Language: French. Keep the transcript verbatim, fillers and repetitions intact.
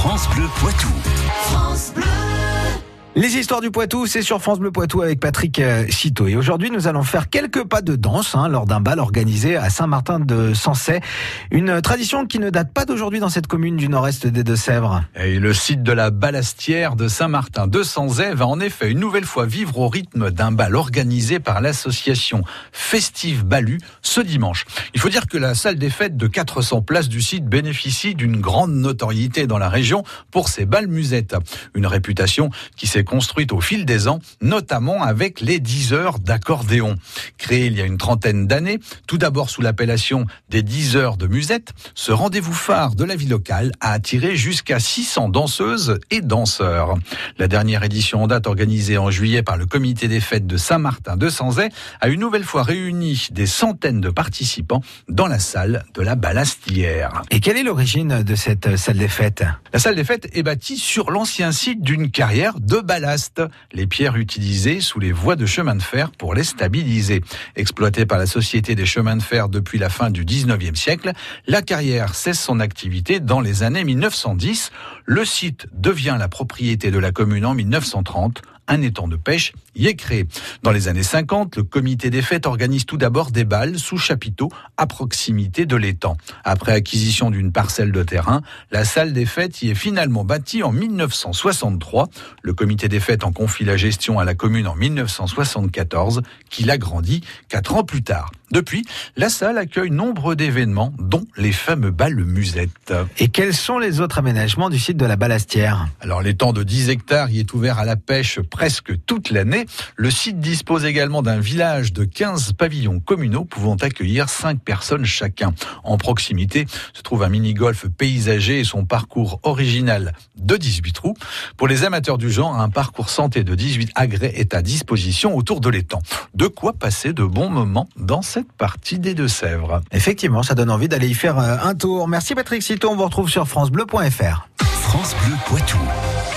France Bleu Poitou. France Bleu. Les histoires du Poitou, c'est sur France Bleu Poitou avec Patrick Citeaux. Et aujourd'hui, nous allons faire quelques pas de danse hein, lors d'un bal organisé à Saint-Martin-de-Sancey. Une tradition qui ne date pas d'aujourd'hui dans cette commune du nord-est des Deux-Sèvres. Et le site de la Balastière de Saint-Martin-de-Sancey va en effet une nouvelle fois vivre au rythme d'un bal organisé par l'association Festive Balu ce dimanche. Il faut dire que la salle des fêtes de quatre cents places du site bénéficie d'une grande notoriété dans la région pour ses bals musettes. Une réputation qui s'est construite au fil des ans, notamment avec les dix heures d'accordéon. Créé il y a une trentaine d'années, tout d'abord sous l'appellation des dix heures de musette, ce rendez-vous phare de la vie locale a attiré jusqu'à six cents danseuses et danseurs. La dernière édition en date, organisée en juillet par le comité des fêtes de Saint-Martin-de-Sancey, a une nouvelle fois réuni des centaines de participants dans la salle de la Balastière. Et quelle est l'origine de cette salle des fêtes ? La salle des fêtes est bâtie sur l'ancien site d'une carrière de ballast, les pierres utilisées sous les voies de chemin de fer pour les stabiliser. Exploitée par la Société des chemins de fer depuis la fin du dix-neuvième siècle, la carrière cesse son activité dans les années mille neuf cent dix. Le site devient la propriété de la commune en mille neuf cent trente. Un étang de pêche y est créé. Dans les années cinquante, le comité des fêtes organise tout d'abord des bals sous chapiteau à proximité de l'étang. Après acquisition d'une parcelle de terrain, la salle des fêtes y est finalement bâtie en mille neuf cent soixante-trois. Le comité des fêtes en confie la gestion à la commune en mille neuf cent soixante-quatorze, qui l'agrandit quatre ans plus tard. Depuis, la salle accueille nombre d'événements, dont les fameux bals musettes. Et quels sont les autres aménagements du site de la Balastière ? Alors, l'étang de dix hectares y est ouvert à la pêche presque toute l'année. Le site dispose également d'un village de quinze pavillons communaux pouvant accueillir cinq personnes chacun. En proximité se trouve un mini-golf paysager et son parcours original de dix-huit trous. Pour les amateurs du genre, un parcours santé de dix-huit agrès est à disposition autour de l'étang. De quoi passer de bons moments dans cette partie des Deux-Sèvres. Effectivement, ça donne envie d'aller y faire un tour. Merci Patrick Citeaux, on vous retrouve sur francebleu point f r. France Bleu Poitou.